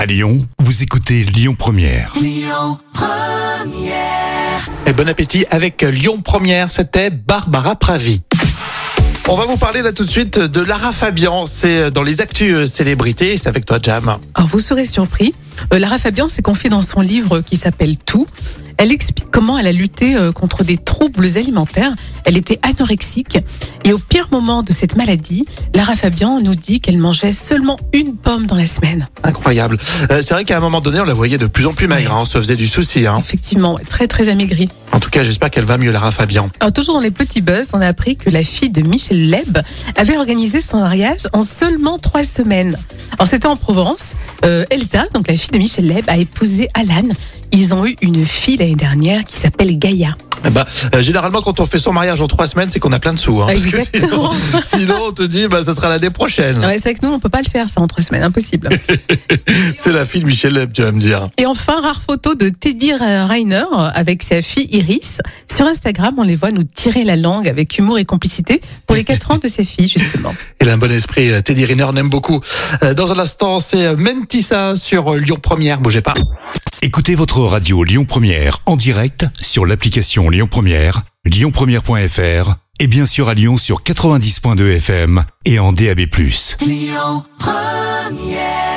À Lyon, vous écoutez Lyon Première. Et bon appétit avec Lyon Première, c'était Barbara Pravi. On va vous parler là tout de suite de Lara Fabian, c'est dans les actus célébrités, c'est avec toi Jam. Alors vous serez surpris, Lara Fabian s'est confiée dans son livre qui s'appelle Tout. Elle explique comment elle a lutté contre des troubles alimentaires. Elle était anorexique et au pire moment de cette maladie, Lara Fabian nous dit qu'elle mangeait seulement une pomme dans la semaine. Incroyable. C'est vrai qu'à un moment donné, on la voyait de plus en plus maigre, on se faisait du souci. Effectivement, très très amaigrie. En tout cas, j'espère qu'elle va mieux, Lara Fabian. Alors toujours dans les petits buzz, on a appris que la fille de Michel Leb avait organisé son mariage en seulement 3 semaines. Alors c'était en Provence. Elsa, donc la fille de Michel Leb, a épousé Alan. Ils ont eu une fille l'année dernière qui s'appelle Gaïa. Généralement, quand on fait son mariage en 3 semaines, c'est qu'on a plein de sous. Exactement. Sinon, on te dit, ça sera l'année prochaine. Ouais, c'est vrai que nous, on peut pas le faire ça en 3 semaines, impossible. C'est la fille de Michel Leb, tu vas me dire. Et enfin, rare photo de Teddy Riner avec sa fille Iris. Sur Instagram, on les voit nous tirer la langue avec humour et complicité pour les 4 ans de sa fille, justement. Il a un bon esprit, Teddy Riner, on aime beaucoup. Dans un instant, c'est Mentissa sur Lyon Première, bougez pas. Écoutez votre radio Lyon Première en direct sur l'application Lyon Première, lyonpremière.fr et bien sûr à Lyon sur 90.2 FM et en DAB+. Lyon Première.